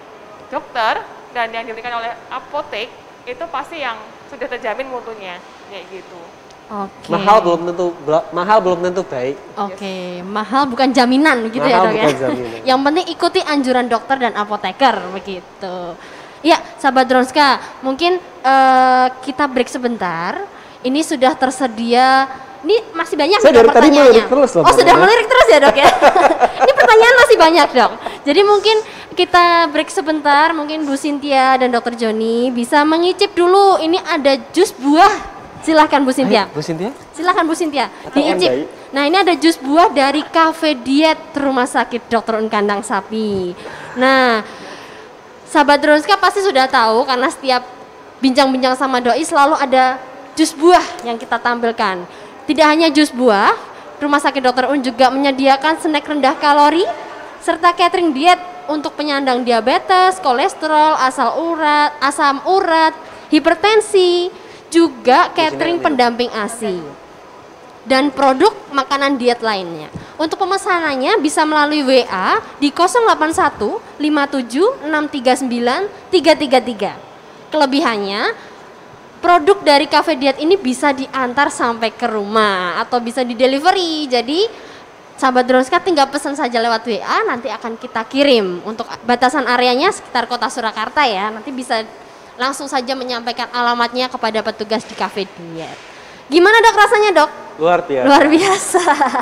S3: dokter dan yang diberikan oleh apotek itu pasti yang sudah terjamin mutunya, kayak gitu.
S1: Oke.
S2: Mahal belum tentu mahal belum tentu baik.
S1: Oke, mahal bukan jaminan gitu ya
S2: Mahal
S1: dok ya.
S2: bukan jaminan.
S1: Yang penting ikuti anjuran dokter dan apoteker begitu. Ya, sahabat Dronska, mungkin eh, kita break sebentar. Ini sudah tersedia. Ini masih banyak
S2: Saya
S1: dok
S2: dari tadi
S1: pertanyaannya.
S2: melirik terus loh,
S1: Oh, sudah
S2: Bang, ya.
S1: melirik terus ya dok ya. Ini pertanyaan masih banyak dok. Jadi mungkin kita break sebentar. Mungkin Bu Cynthia dan dokter Joni bisa mengicip dulu. Ini ada jus buah. Silahkan Bu Cynthia.
S2: Ayo, Bu Cynthia.
S1: Silahkan Bu Cynthia,
S2: Atau
S1: diicip.
S2: Anda,
S1: Nah, ini ada jus buah dari Cafe Diet Rumah Sakit dokter Un Kandang Sapi. Nah, sahabat Dronska pasti sudah tahu karena setiap bincang-bincang sama doi selalu ada jus buah yang kita tampilkan. Tidak hanya jus buah, Rumah Sakit dokter Un juga menyediakan snack rendah kalori serta catering diet untuk penyandang diabetes, kolesterol, asal urat, asam urat, hipertensi, juga catering pendamping A S I dan produk makanan diet lainnya. Untuk pemesanannya bisa melalui W A di nol delapan satu lima tujuh enam tiga sembilan tiga tiga tiga. Kelebihannya, produk dari Cafe Diet ini bisa diantar sampai ke rumah atau bisa di delivery. Jadi sahabat Dronska tinggal pesan saja lewat W A, nanti akan kita kirim. Untuk batasan areanya sekitar kota Surakarta ya, nanti bisa langsung saja menyampaikan alamatnya kepada petugas di Cafe Diet. Gimana dok rasanya dok?
S2: Luar biasa.
S1: Luar biasa.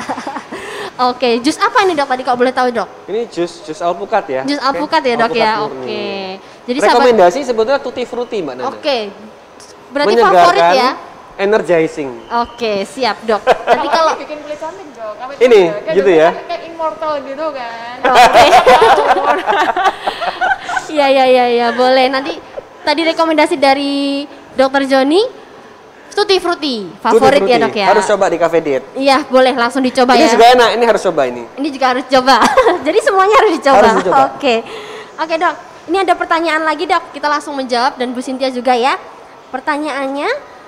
S1: Oke, jus apa ini dok tadi kalau boleh tahu dok?
S2: Ini jus jus alpukat ya.
S1: Jus
S2: Oke.
S1: alpukat ya dok
S2: Alpukat
S1: ya.
S2: murni.
S1: Oke. Jadi sahabat,
S2: rekomendasi sebetulnya tutti frutti Mbak Nana.
S1: oke. Berarti
S2: Menyegarkan,
S1: favorit ya?
S2: energizing.
S1: Oke, siap dok. Nanti kalau
S3: bikin kulit cantik dong. Kami
S2: Ini,
S3: tuh kan
S2: gitu
S3: dulu
S2: ya?
S3: kan kayak immortal gitu kan.
S1: Oke. Iya iya iya ya, boleh. Nanti tadi rekomendasi dari dokter Joni Tutti Frutti, favorit
S2: Tutti
S1: ya
S2: frutti.
S1: dok ya.
S2: Harus coba di Cafe Diet.
S1: Iya, boleh langsung dicoba
S2: Ini
S1: ya.
S2: juga enak, ini harus coba ini.
S1: Ini juga harus coba. Jadi semuanya harus dicoba.
S2: Harus dicoba.
S1: Oke. Oke, Dok. Ini ada pertanyaan lagi, Dok. Kita langsung menjawab dan Bu Cynthia juga ya. Pertanyaannya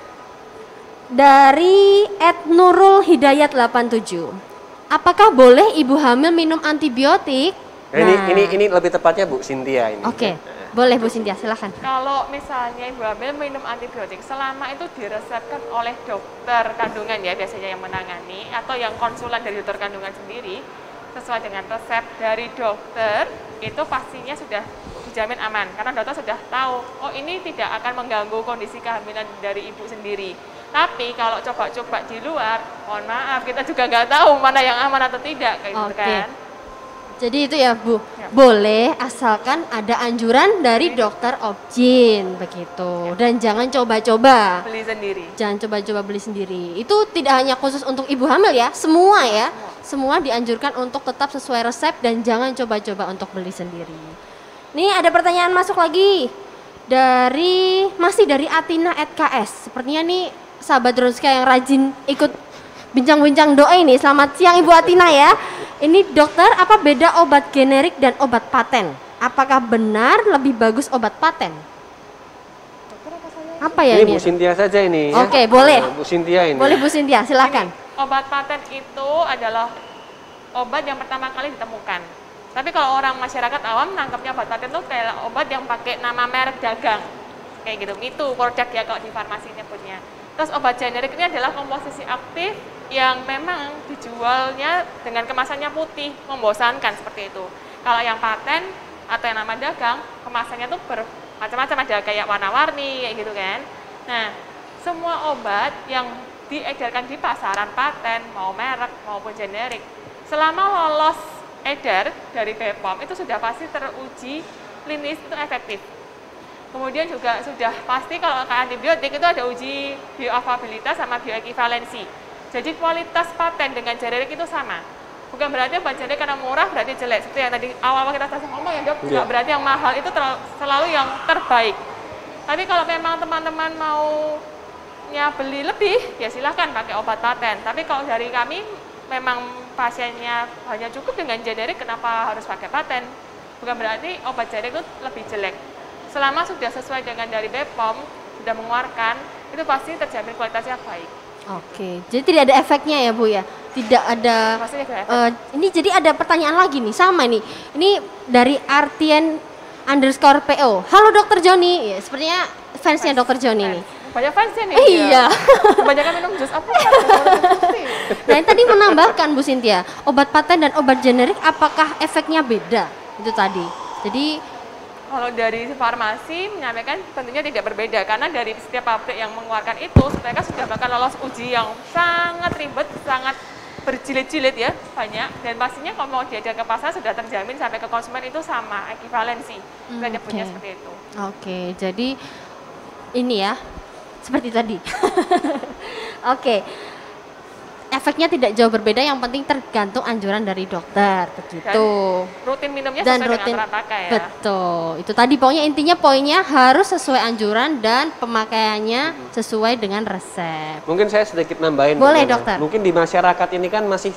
S1: dari et Nurul Hidayat delapan tujuh. Apakah boleh ibu hamil minum antibiotik?
S2: Nah, ini
S1: Nah.
S2: ini ini lebih tepatnya Bu Cynthia ini.
S1: Oke.
S2: Nah.
S1: Boleh Bu Cynthia, silakan.
S3: Kalau misalnya ibu hamil minum antibiotik selama itu diresepkan oleh dokter kandungan ya biasanya yang menangani atau yang konsulan dari dokter kandungan sendiri sesuai dengan resep dari dokter itu pastinya sudah dijamin aman karena dokter sudah tahu oh ini tidak akan mengganggu kondisi kehamilan dari ibu sendiri. Tapi kalau coba-coba di luar, mohon maaf kita juga nggak tahu mana yang aman atau tidak kayak gitu
S1: Oke.
S3: kan.
S1: Jadi itu ya Bu,
S3: Ya.
S1: boleh asalkan ada anjuran dari dokter objin begitu. Dan jangan coba-coba,
S3: Beli sendiri.
S1: jangan coba-coba beli sendiri. Itu tidak hanya khusus untuk ibu hamil ya, semua ya. Semua dianjurkan untuk tetap sesuai resep dan jangan coba-coba untuk beli sendiri. Nih ada pertanyaan masuk lagi dari masih dari Atina at K S. Sepertinya nih sahabat Dronska yang rajin ikut bincang-bincang doa ini. Selamat siang Ibu Atina ya. Ini dokter, apa beda obat generik dan obat paten? Apakah benar lebih bagus obat paten? Apa ya
S2: Ini
S1: ini?
S2: Bu Sintia saja ini. ya.
S1: Oke, boleh.
S2: Nah, Bu Sintia ini.
S1: Boleh Bu Sintia, silakan.
S3: Ini, obat paten itu adalah obat yang pertama kali ditemukan. Tapi kalau orang masyarakat awam nangkapnya obat paten itu kayak obat yang pakai nama merek dagang. Kayak gitu, itu produk ya kalau di farmasi nyebutnya. Terus obat generik ini adalah komposisi aktif yang memang dijualnya dengan kemasannya putih, membosankan seperti itu. Kalau yang paten atau yang nama dagang, kemasannya tuh bermacam-macam, ada kayak warna-warni kayak gitu kan. Nah, semua obat yang diedarkan di pasaran paten, mau merek maupun generik, selama lolos edar dari B P O M itu sudah pasti teruji klinis itu efektif. Kemudian juga sudah pasti kalau antibiotik itu ada uji bioavailabilitas sama bioekivalensi. Jadi kualitas paten dengan generik itu sama. Bukan berarti obat generik karena murah berarti jelek. Seperti yang tadi awal-awal kita sudah ngomong ya dok,
S2: yeah.
S3: berarti yang mahal itu selalu yang terbaik. Tapi kalau memang teman-teman maunya beli lebih, ya silahkan pakai obat paten. Tapi kalau dari kami memang pasiennya hanya cukup dengan generik, kenapa harus pakai paten? Bukan berarti obat generik itu lebih jelek. Selama sudah sesuai dengan dari B P O M, sudah mengeluarkan, itu pasti terjamin kualitasnya baik.
S1: Oke, jadi tidak ada efeknya ya Bu ya? Tidak ada,
S3: Pasti ada efek.
S1: uh, ini jadi ada pertanyaan lagi nih, sama nih. Ini dari Artian underscore P O. Halo Dokter Joni, ya, sepertinya fansnya
S3: Fans,
S1: Dokter Joni
S3: fans.
S1: nih.
S3: Banyak fansnya nih.
S1: Eh, iya.
S3: Kebanyakan minum jus apa?
S1: Nah yang tadi menambahkan Bu Sintia, obat paten dan obat generik apakah efeknya beda? Itu tadi. Jadi
S3: Kalau dari farmasi menyampaikan tentunya tidak berbeda karena dari setiap pabrik yang mengeluarkan itu mereka sudah bahkan lolos uji yang sangat ribet, sangat berjilid-jilid ya banyak, dan pastinya kalau mau diedar ke pasar sudah terjamin sampai ke konsumen itu sama ekivalensi.
S1: Hmm,
S3: Kita nyebutnya
S1: oke.
S3: seperti itu.
S1: Oke, jadi ini ya, seperti tadi. Oke, efeknya tidak jauh berbeda, yang penting tergantung anjuran dari dokter, begitu.
S3: Rutin minumnya
S1: Dan
S3: sesuai
S1: rutin,
S3: dengan aturan pakai ya.
S1: betul. Itu tadi pokoknya intinya poinnya harus sesuai anjuran dan pemakaiannya sesuai dengan resep.
S2: Mungkin saya sedikit nambahin.
S1: Boleh,
S2: Bagaimana.
S1: dokter.
S2: Mungkin di masyarakat ini kan masih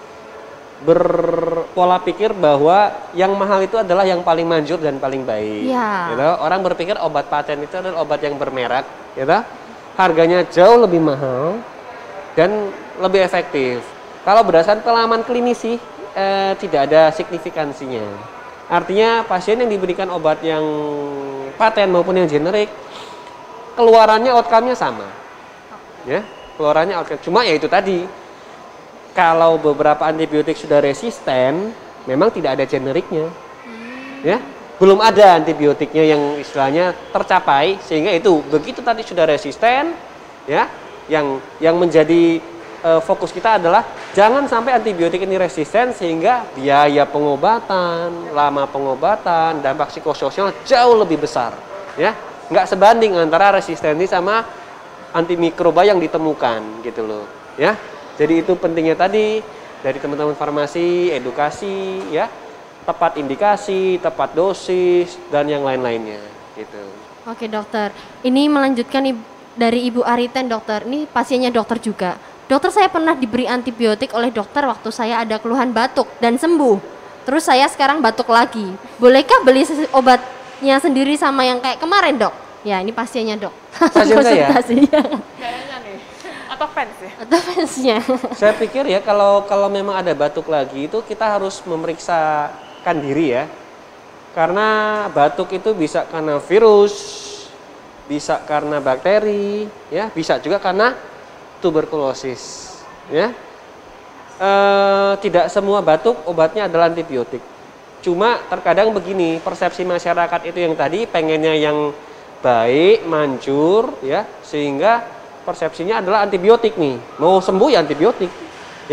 S2: berpola pikir bahwa yang mahal itu adalah yang paling manjur dan paling baik.
S1: Iya.
S2: Gitu. Orang berpikir obat paten itu adalah obat yang bermerek, gitu. Harganya jauh lebih mahal dan lebih efektif. Kalau berdasarkan pengalaman klinis sih eh, tidak ada signifikansinya. Artinya pasien yang diberikan obat yang paten maupun yang generik, keluarannya outcome-nya sama. Ya, keluarannya outcome. Cuma ya itu tadi, kalau beberapa antibiotik sudah resisten, memang tidak ada generiknya. Ya, belum ada antibiotiknya yang istilahnya tercapai, sehingga itu begitu tadi sudah resisten, ya, yang yang menjadi uh, fokus kita adalah jangan sampai antibiotik ini resisten sehingga biaya pengobatan, lama pengobatan, dampak psikososial jauh lebih besar, ya. Nggak sebanding antara resistensi sama antimikroba yang ditemukan gitu loh, ya. Jadi itu pentingnya tadi dari teman-teman farmasi, edukasi, ya, tepat indikasi, tepat dosis dan yang lain-lainnya gitu.
S1: Oke dokter, ini melanjutkan nih dari Ibu Ariten dokter, ini pasiennya dokter juga. Dokter, saya pernah diberi antibiotik oleh dokter waktu saya ada keluhan batuk dan sembuh. Terus saya sekarang batuk lagi. Bolehkah beli obatnya sendiri sama yang kayak kemarin dok? Ya ini pasiennya dok.
S2: Pasien saya?
S1: Konsultasinya.
S3: Kayaknya nih, atau fans ya?
S1: Atau fansnya.
S2: Saya pikir ya kalau kalau memang ada batuk lagi itu kita harus memeriksakan diri ya. Karena batuk itu bisa karena virus, bisa karena bakteri, ya, bisa juga karena tuberkulosis, ya. E, tidak semua batuk obatnya adalah antibiotik. Cuma terkadang begini, persepsi masyarakat itu yang tadi pengennya yang baik, manjur, ya, sehingga persepsinya adalah antibiotik nih. Mau sembuh ya antibiotik, ya.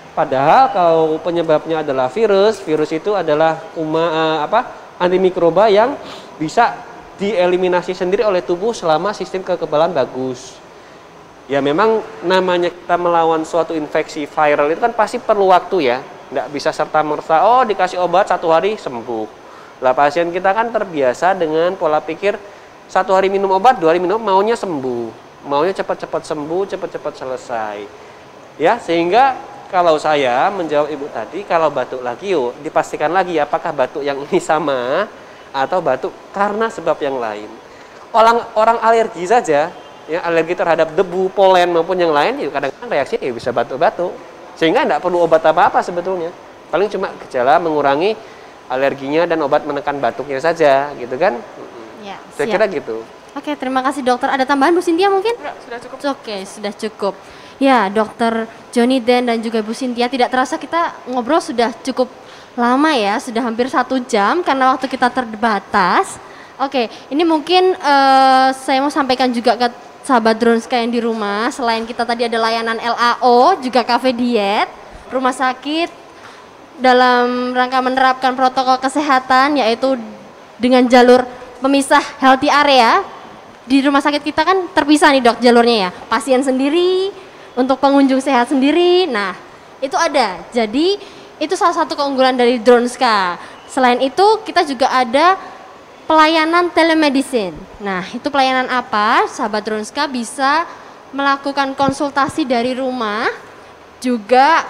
S2: Padahal kalau penyebabnya adalah virus, virus itu adalah kuma, uh, apa, antimikroba yang bisa dieliminasi sendiri oleh tubuh selama sistem kekebalan bagus. Ya memang namanya kita melawan suatu infeksi viral itu kan pasti perlu waktu ya. Nggak bisa serta-merta, oh dikasih obat satu hari sembuh. Lah pasien kita kan terbiasa dengan pola pikir satu hari minum obat, dua hari minum, maunya sembuh. Maunya cepat-cepat sembuh, cepat-cepat selesai. Ya, sehingga kalau saya menjawab Ibu tadi, kalau batuk lagi yuk dipastikan lagi apakah batuk yang ini sama atau batuk karena sebab yang lain. Orang orang alergi saja, ya alergi terhadap debu, polen maupun yang lain, ya kadang-kadang reaksi ya bisa batuk-batuk. Sehingga tidak perlu obat apa-apa sebetulnya. Paling cuma gejala mengurangi alerginya dan obat menekan batuknya saja, gitu kan?
S1: Ya,
S2: saya
S1: siap.
S2: kira gitu.
S1: Oke, terima kasih dokter. Ada tambahan Bu Cynthia mungkin?
S3: Enggak, sudah cukup.
S1: Oke, sudah cukup. Ya, dokter Johnny Den dan juga Bu Cynthia, tidak terasa kita ngobrol sudah cukup lama ya, sudah hampir satu jam karena waktu kita terbatas. Oke, ini mungkin uh, saya mau sampaikan juga ke sahabat Dronska yang di rumah, selain kita tadi ada layanan L A O, juga kafe diet, rumah sakit, dalam rangka menerapkan protokol kesehatan yaitu dengan jalur pemisah healthy area. Di rumah sakit kita kan terpisah nih dok jalurnya ya, pasien sendiri, untuk pengunjung sehat sendiri. Nah itu ada, jadi itu salah satu keunggulan dari Dronska. Selain itu kita juga ada pelayanan telemedicine. Nah itu pelayanan apa? Sahabat Dronska bisa melakukan konsultasi dari rumah, juga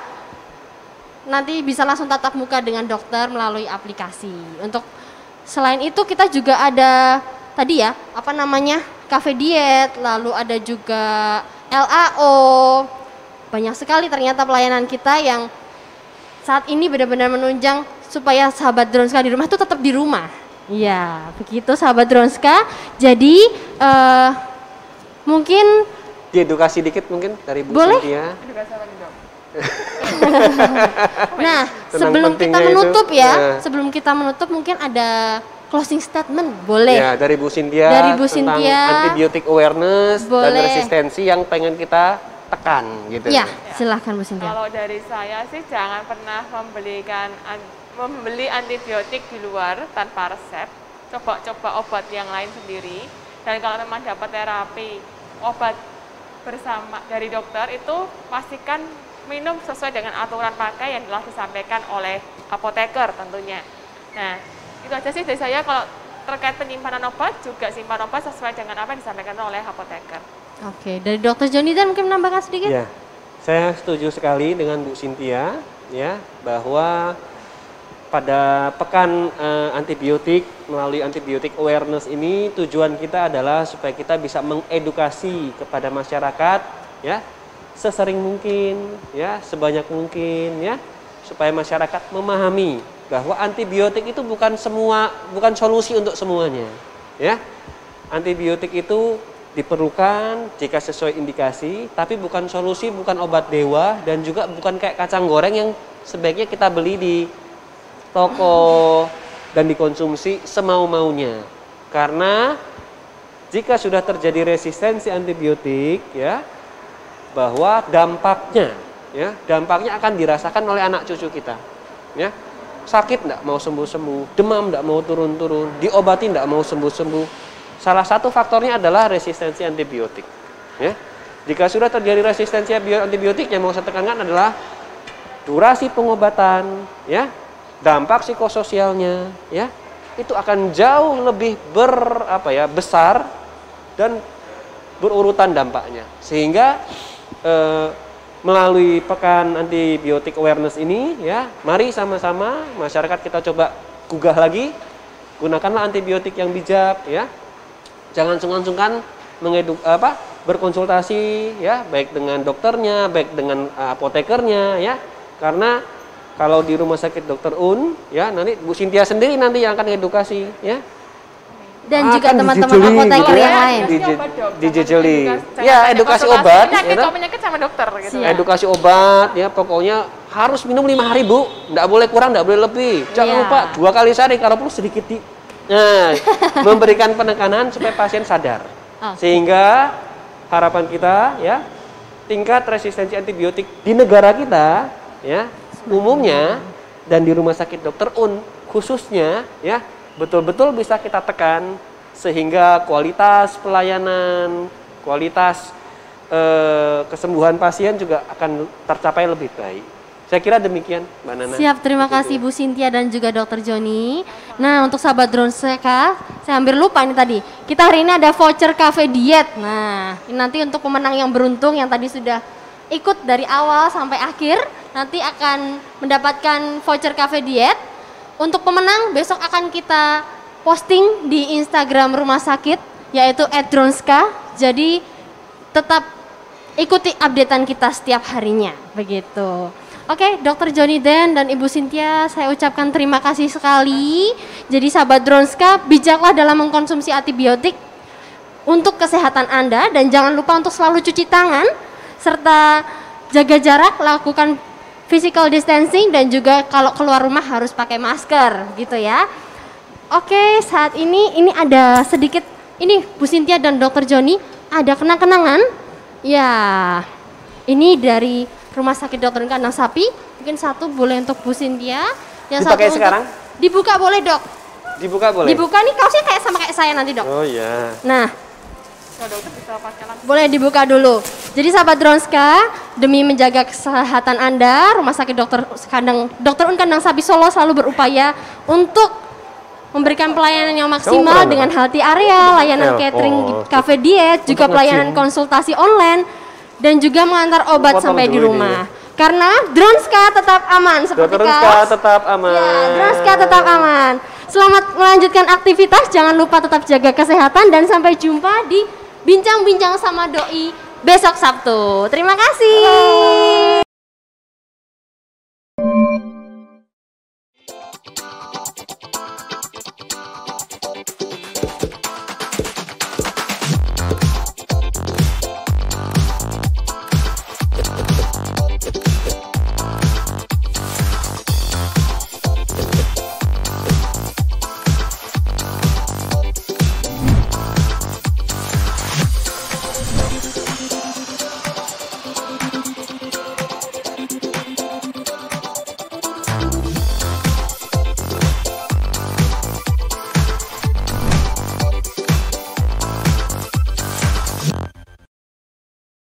S1: nanti bisa langsung tatap muka dengan dokter melalui aplikasi. Untuk selain itu kita juga ada tadi ya, apa namanya, kafe diet, lalu ada juga L A O. Banyak sekali ternyata pelayanan kita yang saat ini benar-benar menunjang supaya sahabat Dronska di rumah itu tetap di rumah. Iya, begitu sahabat Dronska. Jadi uh, mungkin
S2: diedukasi dikit mungkin dari Bu
S1: boleh?
S2: Cynthia.
S3: Edukasi apa nih dok?
S1: Nah,
S2: Tentang
S1: sebelum kita
S2: pentingnya
S1: menutup
S2: itu,
S1: ya,
S2: ya.
S1: sebelum kita menutup mungkin ada closing statement, boleh?
S2: Ya, dari Bu Cynthia
S1: Dari Bu
S2: tentang
S1: Cynthia.
S2: antibiotik awareness dan
S1: Boleh.
S2: resistensi yang pengen kita tekan gitu.
S1: Ya, silahkan Bu Cynthia.
S3: Kalau dari saya sih jangan pernah membelikan an- membeli antibiotik di luar tanpa resep. Coba-coba obat yang lain sendiri. Dan kalau memang dapat terapi obat bersama dari dokter itu pastikan minum sesuai dengan aturan pakai yang telah disampaikan oleh apoteker tentunya. Nah, itu aja sih dari saya. Kalau terkait penyimpanan obat juga simpan obat sesuai dengan apa yang disampaikan oleh apoteker.
S1: Oke, dari dokter Johnny Dan mungkin menambahkan sedikit?
S2: Ya, saya setuju sekali dengan Bu Cynthia ya, bahwa pada pekan eh, antibiotik melalui antibiotik awareness ini tujuan kita adalah supaya kita bisa mengedukasi kepada masyarakat ya, sesering mungkin ya, sebanyak mungkin ya, supaya masyarakat memahami bahwa antibiotik itu bukan semua bukan solusi untuk semuanya ya. Antibiotik itu diperlukan jika sesuai indikasi, tapi bukan solusi, bukan obat dewa, dan juga bukan kayak kacang goreng yang sebaiknya kita beli di toko dan dikonsumsi semau-maunya. Karena jika sudah terjadi resistensi antibiotik ya, bahwa dampaknya ya, dampaknya akan dirasakan oleh anak cucu kita. Ya. Sakit enggak mau sembuh-sembuh, demam enggak mau turun-turun, diobati enggak mau sembuh-sembuh. Salah satu faktornya adalah resistensi antibiotik. Ya. Jika sudah terjadi resistensi antibiotik, yang mau saya tekankan adalah durasi pengobatan, ya, dampak psikososialnya, ya, itu akan jauh lebih ber apa ya besar dan berurutan dampaknya. Sehingga eh, melalui pekan antibiotik awareness ini, ya, mari sama-sama masyarakat kita coba gugah lagi, gunakanlah antibiotik yang bijak, ya. Jangan sungkan-sungkan mengeduk apa berkonsultasi ya, baik dengan dokternya, baik dengan uh, apotekernya ya. Karena kalau di rumah sakit Dokter Un ya, nanti Bu Cynthia sendiri nanti yang akan edukasi ya.
S1: Dan
S2: akan
S1: juga teman-teman
S2: dijejeli,
S1: apoteker
S2: gitu ya.
S1: yang lain.
S2: Dije-
S3: Obat, dok.
S2: dijejeli.
S3: Jangan
S2: Ya,
S3: tanya
S2: edukasi
S3: konsultasi
S2: obat
S3: penyakit,
S2: ya,
S3: kalau penyakit sama dokter gitu.
S1: Siap.
S2: edukasi obat ya, pokoknya harus minum lima hari Bu, enggak boleh kurang, enggak boleh lebih. Jangan
S1: Iya.
S2: lupa dua kali sehari, kalau perlu sedikit di nah, memberikan penekanan supaya pasien sadar.
S1: Oh.
S2: Sehingga harapan kita ya, tingkat resistensi antibiotik di negara kita ya umumnya dan di Rumah Sakit Dokter Un khususnya ya betul-betul bisa kita tekan sehingga kualitas pelayanan, kualitas eh, kesembuhan pasien juga akan tercapai lebih baik. Saya kira demikian, Mbak Nana.
S1: Siap, terima kasih Bu Cynthia dan juga Dokter Joni. Nah, untuk sahabat Dronseka, saya hampir lupa ini tadi. Kita hari ini ada voucher cafe diet. Nah, ini nanti untuk pemenang yang beruntung yang tadi sudah ikut dari awal sampai akhir, nanti akan mendapatkan voucher cafe diet. Untuk pemenang besok akan kita posting di Instagram rumah sakit, yaitu et dronska. Jadi tetap ikuti updatean kita setiap harinya, begitu. Oke, Dokter Joni Den dan Ibu Cynthia, saya ucapkan terima kasih sekali. Jadi sahabat Dronska, bijaklah dalam mengkonsumsi antibiotik untuk kesehatan Anda dan jangan lupa untuk selalu cuci tangan serta jaga jarak, lakukan physical distancing dan juga kalau keluar rumah harus pakai masker gitu ya. Oke, saat ini ini ada sedikit ini Bu Cynthia dan Dokter Joni ada kenang-kenangan. Ya, ini dari Rumah Sakit Dokter Kandang Sapi, mungkin satu boleh untuk Bu Cynthia, yang
S2: dipakai
S1: satu
S2: sekarang?
S1: Untuk dibuka boleh Dok.
S2: Dibuka boleh?
S1: Dibuka nih kaosnya kayak sama kayak saya nanti Dok.
S2: Oh iya.
S1: Nah,
S3: Oh, dokter bisa lepaskan langsung.
S1: boleh dibuka dulu. Jadi sahabat Dronska, demi menjaga kesehatan Anda, Rumah Sakit Dokter Kandang Dokter Un Kandang Sapi Solo selalu berupaya untuk memberikan pelayanan yang maksimal dengan healthy area, layanan catering, cafe diet, juga pelayanan konsultasi online dan juga mengantar obat sampai di rumah. Karena Dronska tetap aman seperti
S2: Dronska tetap aman.
S1: Ya, Dronska tetap aman. Selamat melanjutkan aktivitas, jangan lupa tetap jaga kesehatan dan sampai jumpa di bincang-bincang sama doi besok Sabtu. Terima kasih. Halo.